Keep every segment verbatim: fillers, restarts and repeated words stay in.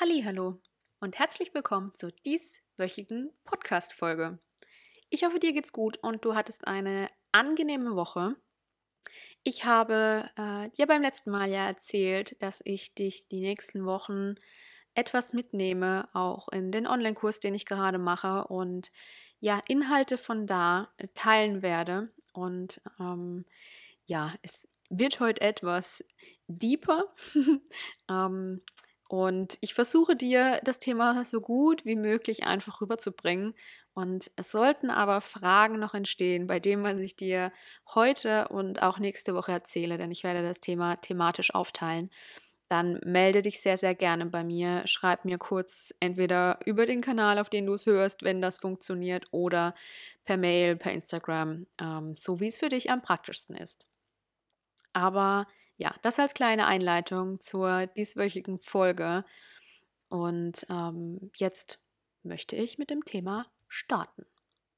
Hallihallo und herzlich willkommen zur dieswöchigen Podcast-Folge. Ich hoffe, dir geht's gut und du hattest eine angenehme Woche. Ich habe äh, dir beim letzten Mal ja erzählt, dass ich dich die nächsten Wochen etwas mitnehme, auch in den Online-Kurs, den ich gerade mache und ja, Inhalte von da äh, teilen werde. Und ähm, ja, es wird heute etwas deeper. ähm, und ich versuche dir das Thema so gut wie möglich einfach rüberzubringen. Und es sollten aber Fragen noch entstehen, bei denen was ich dir heute und auch nächste Woche erzähle, denn ich werde das Thema thematisch aufteilen. Dann melde dich sehr, sehr gerne bei mir. Schreib mir kurz entweder über den Kanal, auf den du es hörst, wenn das funktioniert, oder per Mail, per Instagram, ähm, so wie es für dich am praktischsten ist. Aber ja, das als kleine Einleitung zur dieswöchigen Folge. Und ähm, jetzt möchte ich mit dem Thema starten.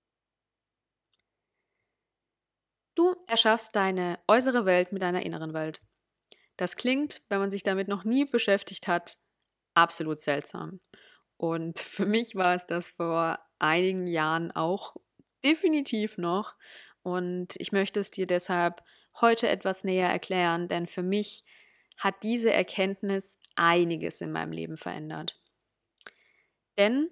Du erschaffst deine äußere Welt mit deiner inneren Welt. Das klingt, wenn man sich damit noch nie beschäftigt hat, absolut seltsam. Und für mich war es das vor einigen Jahren auch definitiv noch. Und ich möchte es dir deshalb heute etwas näher erklären, denn für mich hat diese Erkenntnis einiges in meinem Leben verändert. Denn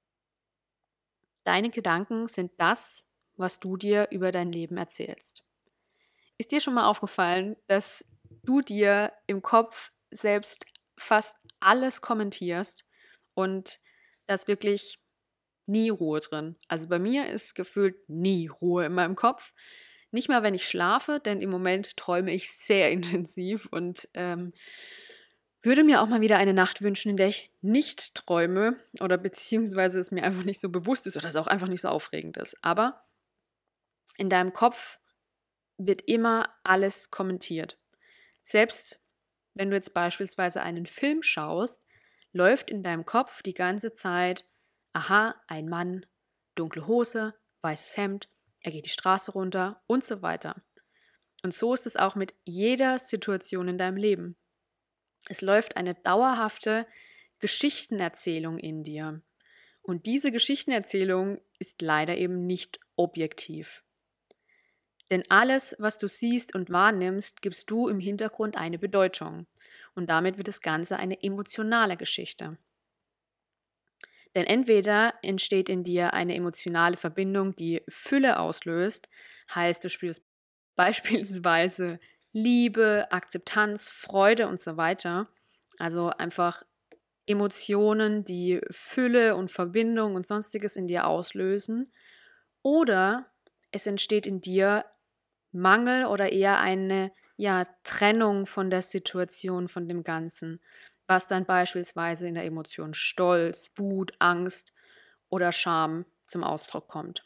deine Gedanken sind das, was du dir über dein Leben erzählst. Ist dir schon mal aufgefallen, dass du dir im Kopf selbst fast alles kommentierst und dass wirklich nie Ruhe drin? Also bei mir ist gefühlt nie Ruhe in meinem Kopf. Nicht mal, wenn ich schlafe, denn im Moment träume ich sehr intensiv und ähm, würde mir auch mal wieder eine Nacht wünschen, in der ich nicht träume oder beziehungsweise es mir einfach nicht so bewusst ist oder es auch einfach nicht so aufregend ist. Aber in deinem Kopf wird immer alles kommentiert. Selbst wenn du jetzt beispielsweise einen Film schaust, läuft in deinem Kopf die ganze Zeit, aha, ein Mann, dunkle Hose, weißes Hemd, er geht die Straße runter und so weiter. Und so ist es auch mit jeder Situation in deinem Leben. Es läuft eine dauerhafte Geschichtenerzählung in dir. Und diese Geschichtenerzählung ist leider eben nicht objektiv. Denn alles, was du siehst und wahrnimmst, gibst du im Hintergrund eine Bedeutung. Und damit wird das Ganze eine emotionale Geschichte. Denn entweder entsteht in dir eine emotionale Verbindung, die Fülle auslöst, heißt, du spürst beispielsweise Liebe, Akzeptanz, Freude und so weiter. Also einfach Emotionen, die Fülle und Verbindung und sonstiges in dir auslösen. Oder es entsteht in dir Mangel oder eher eine ja, Trennung von der Situation, von dem Ganzen, was dann beispielsweise in der Emotion Stolz, Wut, Angst oder Scham zum Ausdruck kommt.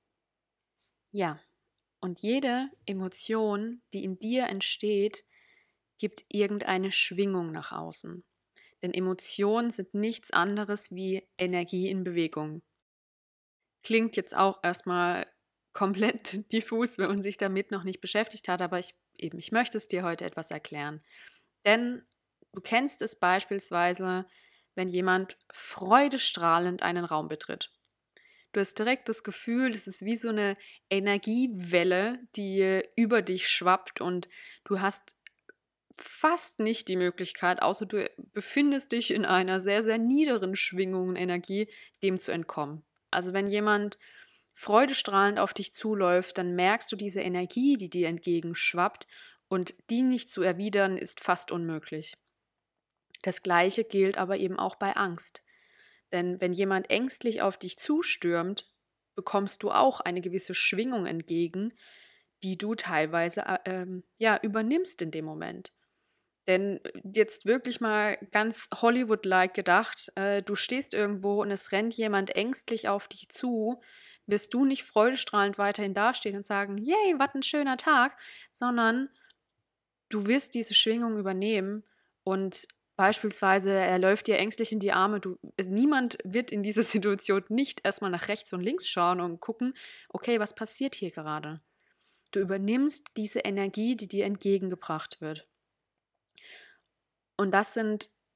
Ja, und jede Emotion, die in dir entsteht, gibt irgendeine Schwingung nach außen. Denn Emotionen sind nichts anderes wie Energie in Bewegung. Klingt jetzt auch erstmal komplett diffus, wenn man sich damit noch nicht beschäftigt hat, aber ich eben, ich möchte es dir heute etwas erklären. Denn du kennst es beispielsweise, wenn jemand freudestrahlend einen Raum betritt. Du hast direkt das Gefühl, es ist wie so eine Energiewelle, die über dich schwappt und du hast fast nicht die Möglichkeit, außer du befindest dich in einer sehr, sehr niederen Schwingung und Energie, dem zu entkommen. Also wenn jemand freudestrahlend auf dich zuläuft, dann merkst du diese Energie, die dir entgegenschwappt, und die nicht zu erwidern, ist fast unmöglich. Das Gleiche gilt aber eben auch bei Angst. Denn wenn jemand ängstlich auf dich zustürmt, bekommst du auch eine gewisse Schwingung entgegen, die du teilweise äh, ähm, ja, übernimmst in dem Moment. Denn jetzt wirklich mal ganz Hollywood-like gedacht, äh, du stehst irgendwo und es rennt jemand ängstlich auf dich zu, wirst du nicht freudestrahlend weiterhin dastehen und sagen, yay, was ein schöner Tag, sondern du wirst diese Schwingung übernehmen und beispielsweise er läuft dir ängstlich in die Arme, du, niemand wird in dieser Situation nicht erstmal nach rechts und links schauen und gucken, okay, was passiert hier gerade? Du übernimmst diese Energie, die dir entgegengebracht wird. Und das sind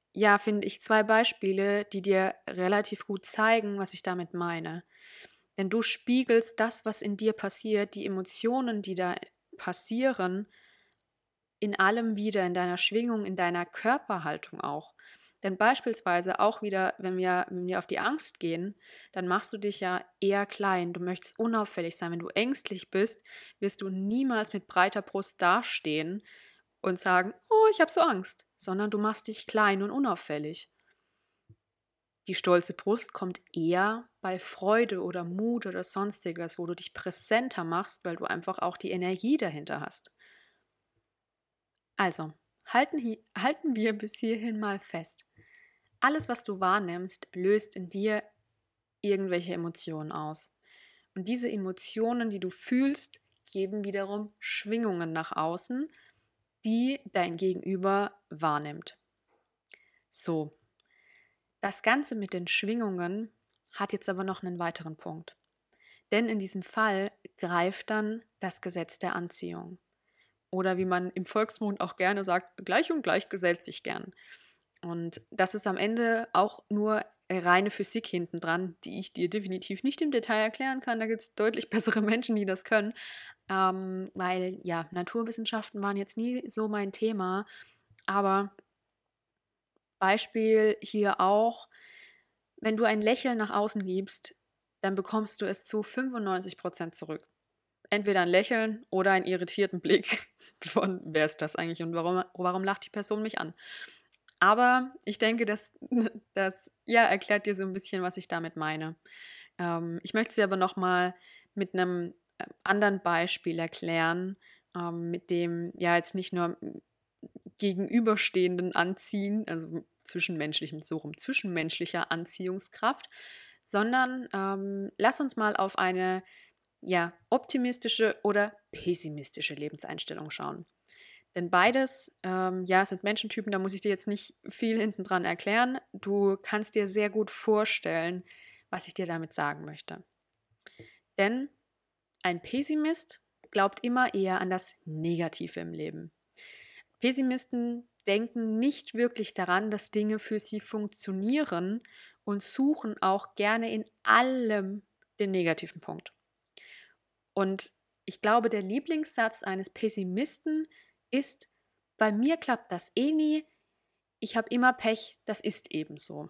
ja, finde ich zwei Beispiele, die dir relativ gut zeigen, was ich damit meine. Denn du spiegelst das, was in dir passiert, die Emotionen, die da passieren, in allem wieder, in deiner Schwingung, in deiner Körperhaltung auch. Denn beispielsweise auch wieder, wenn wir, wenn wir auf die Angst gehen, dann machst du dich ja eher klein. Du möchtest unauffällig sein. Wenn du ängstlich bist, wirst du niemals mit breiter Brust dastehen und sagen, oh, ich habe so Angst, sondern du machst dich klein und unauffällig. Die stolze Brust kommt eher bei Freude oder Mut oder sonstiges, wo du dich präsenter machst, weil du einfach auch die Energie dahinter hast. Also, halten, hi- halten wir bis hierhin mal fest. Alles, was du wahrnimmst, löst in dir irgendwelche Emotionen aus. Und diese Emotionen, die du fühlst, geben wiederum Schwingungen nach außen, die dein Gegenüber wahrnimmt. So, das Ganze mit den Schwingungen hat jetzt aber noch einen weiteren Punkt. Denn in diesem Fall greift dann das Gesetz der Anziehung. Oder wie man im Volksmund auch gerne sagt, gleich und gleich gesellt sich gern. Und das ist am Ende auch nur reine Physik hintendran, die ich dir definitiv nicht im Detail erklären kann. Da gibt es deutlich bessere Menschen, die das können. Ähm, weil ja, Naturwissenschaften waren jetzt nie so mein Thema. Aber Beispiel hier auch, wenn du ein Lächeln nach außen gibst, dann bekommst du es zu fünfundneunzig Prozent zurück. Entweder ein Lächeln oder einen irritierten Blick von, wer ist das eigentlich und warum, warum lacht die Person mich an? Aber ich denke, das, das ja, erklärt dir so ein bisschen, was ich damit meine. Ähm, ich möchte sie aber nochmal mit einem äh, anderen Beispiel erklären, ähm, mit dem ja jetzt nicht nur gegenüberstehenden Anziehen, also zwischenmenschlichem, so rum, zwischenmenschlicher Anziehungskraft, sondern ähm, lass uns mal auf eine ja, optimistische oder pessimistische Lebenseinstellung schauen. Denn beides, ähm, ja, sind Menschentypen, da muss ich dir jetzt nicht viel hinten dran erklären. Du kannst dir sehr gut vorstellen, was ich dir damit sagen möchte. Denn ein Pessimist glaubt immer eher an das Negative im Leben. Pessimisten denken nicht wirklich daran, dass Dinge für sie funktionieren und suchen auch gerne in allem den negativen Punkt. Und ich glaube, der Lieblingssatz eines Pessimisten ist, bei mir klappt das eh nie, ich habe immer Pech, das ist eben so.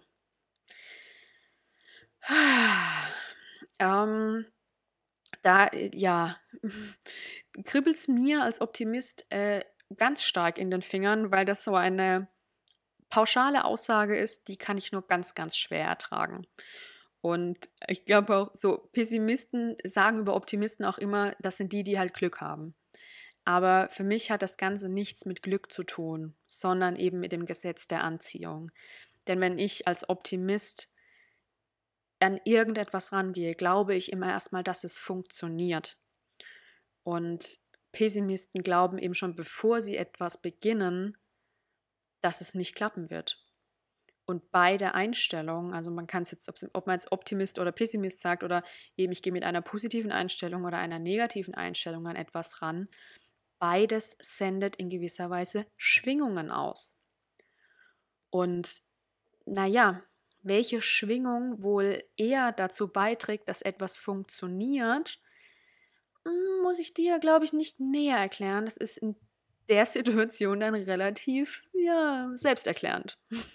ähm, da, äh, ja, kribbelt es mir als Optimist äh, ganz stark in den Fingern, weil das so eine pauschale Aussage ist, die kann ich nur ganz, ganz schwer ertragen. Und ich glaube auch, so Pessimisten sagen über Optimisten auch immer, das sind die, die halt Glück haben. Aber für mich hat das Ganze nichts mit Glück zu tun, sondern eben mit dem Gesetz der Anziehung. Denn wenn ich als Optimist an irgendetwas rangehe, glaube ich immer erstmal, dass es funktioniert. Und Pessimisten glauben eben schon, bevor sie etwas beginnen, dass es nicht klappen wird. Und beide Einstellungen, also man kann es jetzt, ob man jetzt Optimist oder Pessimist sagt oder eben ich gehe mit einer positiven Einstellung oder einer negativen Einstellung an etwas ran, beides sendet in gewisser Weise Schwingungen aus. Und naja, welche Schwingung wohl eher dazu beiträgt, dass etwas funktioniert, hm, muss ich dir, glaube ich, nicht näher erklären. Das ist in der Situation dann relativ, ja, selbsterklärend.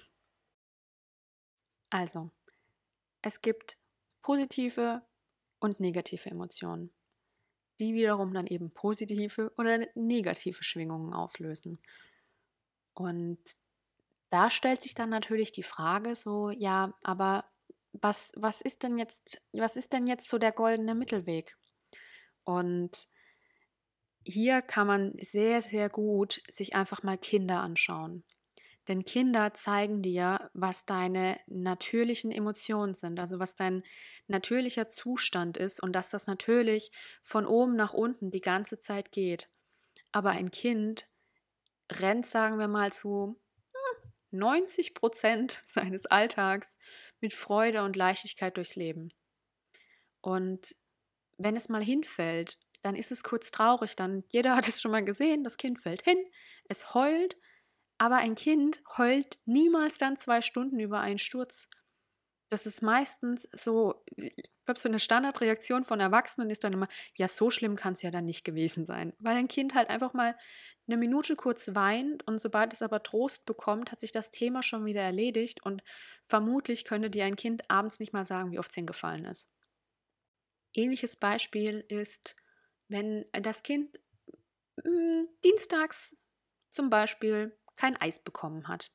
Also, es gibt positive und negative Emotionen, die wiederum dann eben positive oder negative Schwingungen auslösen. Und da stellt sich dann natürlich die Frage so, ja, aber was, was ist denn jetzt, was ist denn jetzt so der goldene Mittelweg? Und hier kann man sehr, sehr gut sich einfach mal Kinder anschauen. Denn Kinder zeigen dir, was deine natürlichen Emotionen sind, also was dein natürlicher Zustand ist und dass das natürlich von oben nach unten die ganze Zeit geht. Aber ein Kind rennt, sagen wir mal, zu neunzig Prozent seines Alltags mit Freude und Leichtigkeit durchs Leben. Und wenn es mal hinfällt, dann ist es kurz traurig, dann jeder hat es schon mal gesehen, das Kind fällt hin, es heult, Aber ein Kind heult niemals dann zwei Stunden über einen Sturz. Das ist meistens so, ich glaube, so eine Standardreaktion von Erwachsenen ist dann immer: „Ja, so schlimm kann es ja dann nicht gewesen sein.“ Weil ein Kind halt einfach mal eine Minute kurz weint und sobald es aber Trost bekommt, hat sich das Thema schon wieder erledigt und vermutlich könnte dir ein Kind abends nicht mal sagen, wie oft es hingefallen ist. Ähnliches Beispiel ist, wenn das Kind, hm, dienstags zum Beispiel kein Eis bekommen hat.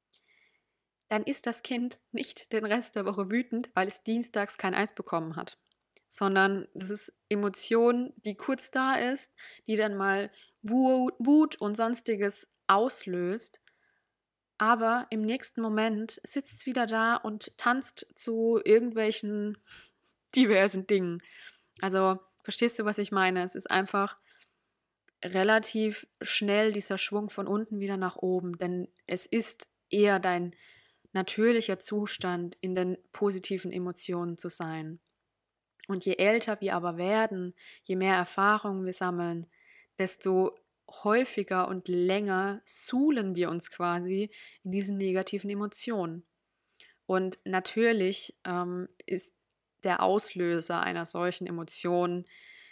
Dann ist das Kind nicht den Rest der Woche wütend, weil es dienstags kein Eis bekommen hat, sondern das ist Emotion, die kurz da ist, die dann mal Wut und sonstiges auslöst, aber im nächsten Moment sitzt es wieder da und tanzt zu irgendwelchen diversen Dingen. Also, verstehst du, was ich meine? Es ist einfach relativ schnell dieser Schwung von unten wieder nach oben, denn es ist eher dein natürlicher Zustand, in den positiven Emotionen zu sein. Und je älter wir aber werden, je mehr Erfahrungen wir sammeln, desto häufiger und länger suhlen wir uns quasi in diesen negativen Emotionen. Und natürlich ähm, ist der Auslöser einer solchen Emotion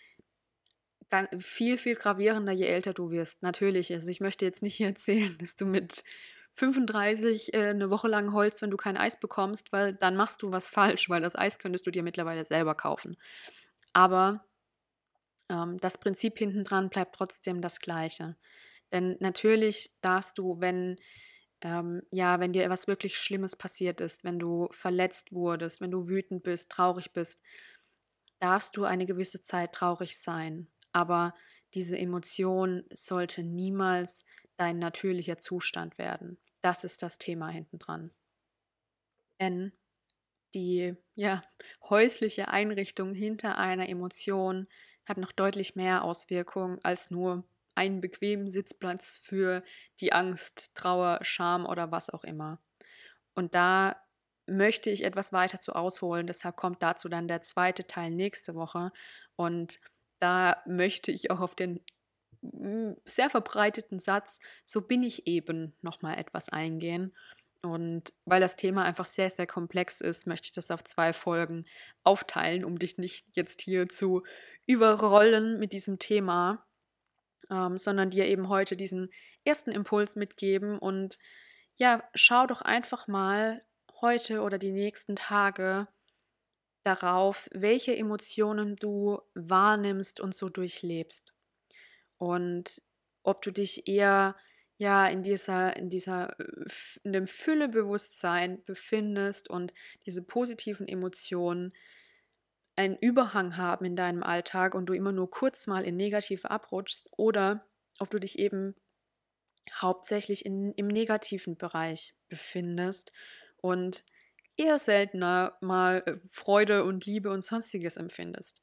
gan- viel, viel gravierender, je älter du wirst. Natürlich. Also ich möchte jetzt nicht hier erzählen, dass du mit fünfunddreißig äh, eine Woche lang heulst, wenn du kein Eis bekommst, weil dann machst du was falsch, weil das Eis könntest du dir mittlerweile selber kaufen. Aber ähm, das Prinzip hintendran bleibt trotzdem das gleiche. Denn natürlich darfst du, wenn, ähm, ja, wenn dir etwas wirklich Schlimmes passiert ist, wenn du verletzt wurdest, wenn du wütend bist, traurig bist, darfst du eine gewisse Zeit traurig sein. Aber diese Emotion sollte niemals dein natürlicher Zustand werden. Das ist das Thema hinten dran. Denn die, ja, häusliche Einrichtung hinter einer Emotion hat noch deutlich mehr Auswirkungen als nur einen bequemen Sitzplatz für die Angst, Trauer, Scham oder was auch immer. Und da möchte ich etwas weiter zu ausholen. Deshalb kommt dazu dann der zweite Teil nächste Woche. Und da möchte ich auch auf den mm, sehr verbreiteten Satz, so bin ich eben, nochmal etwas eingehen. Und weil das Thema einfach sehr, sehr komplex ist, möchte ich das auf zwei Folgen aufteilen, um dich nicht jetzt hier zu überrollen mit diesem Thema, ähm, sondern dir eben heute diesen ersten Impuls mitgeben. Und ja, schau doch einfach mal heute oder die nächsten Tage darauf, welche Emotionen du wahrnimmst und so durchlebst. Und ob du dich eher ja in dieser, in dieser, äh, F- in dem Füllebewusstsein befindest und diese positiven Emotionen einen Überhang haben in deinem Alltag und du immer nur kurz mal in Negative abrutschst oder ob du dich eben hauptsächlich in, im negativen Bereich befindest und eher seltener mal äh, Freude und Liebe und sonstiges empfindest.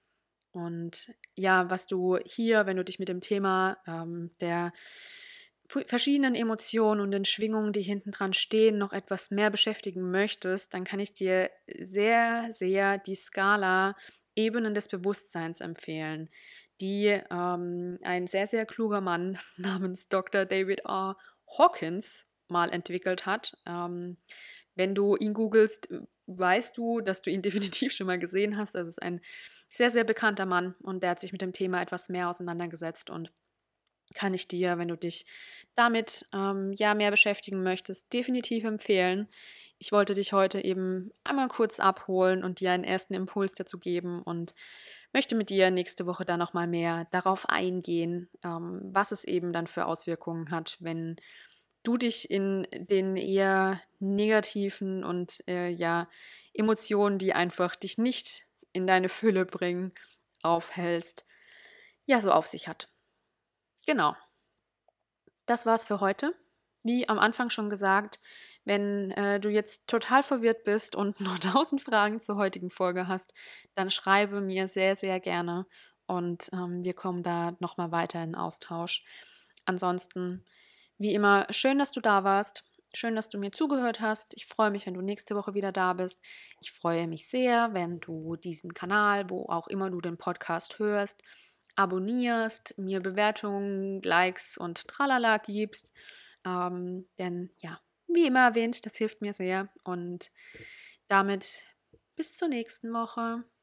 Und ja, was du hier, wenn du dich mit dem Thema ähm, der fu- verschiedenen Emotionen und den Schwingungen, die hinten dran stehen, noch etwas mehr beschäftigen möchtest, dann kann ich dir sehr, sehr die Skala Ebenen des Bewusstseins empfehlen, die ähm, ein sehr, sehr kluger Mann namens Doktor David R. Hawkins mal entwickelt hat. Ähm, wenn du ihn googelst, weißt du, dass du ihn definitiv schon mal gesehen hast. Das ist ein sehr, sehr bekannter Mann und der hat sich mit dem Thema etwas mehr auseinandergesetzt und kann ich dir, wenn du dich damit ähm, ja mehr beschäftigen möchtest, definitiv empfehlen. Ich wollte dich heute eben einmal kurz abholen und dir einen ersten Impuls dazu geben und möchte mit dir nächste Woche dann nochmal mehr darauf eingehen, ähm, was es eben dann für Auswirkungen hat, wenn du dich in den eher negativen und äh, ja Emotionen, die einfach dich nicht in deine Fülle bringen, aufhältst, ja so auf sich hat. Genau. Das war's für heute. Wie am Anfang schon gesagt, wenn äh, du jetzt total verwirrt bist und noch tausend Fragen zur heutigen Folge hast, dann schreibe mir sehr, sehr gerne und ähm, wir kommen da nochmal weiter in Austausch. Ansonsten, wie immer, schön, dass du da warst. Schön, dass du mir zugehört hast. Ich freue mich, wenn du nächste Woche wieder da bist. Ich freue mich sehr, wenn du diesen Kanal, wo auch immer du den Podcast hörst, abonnierst, mir Bewertungen, Likes und Tralala gibst. Ähm, denn ja, wie immer erwähnt, das hilft mir sehr. Und damit bis zur nächsten Woche.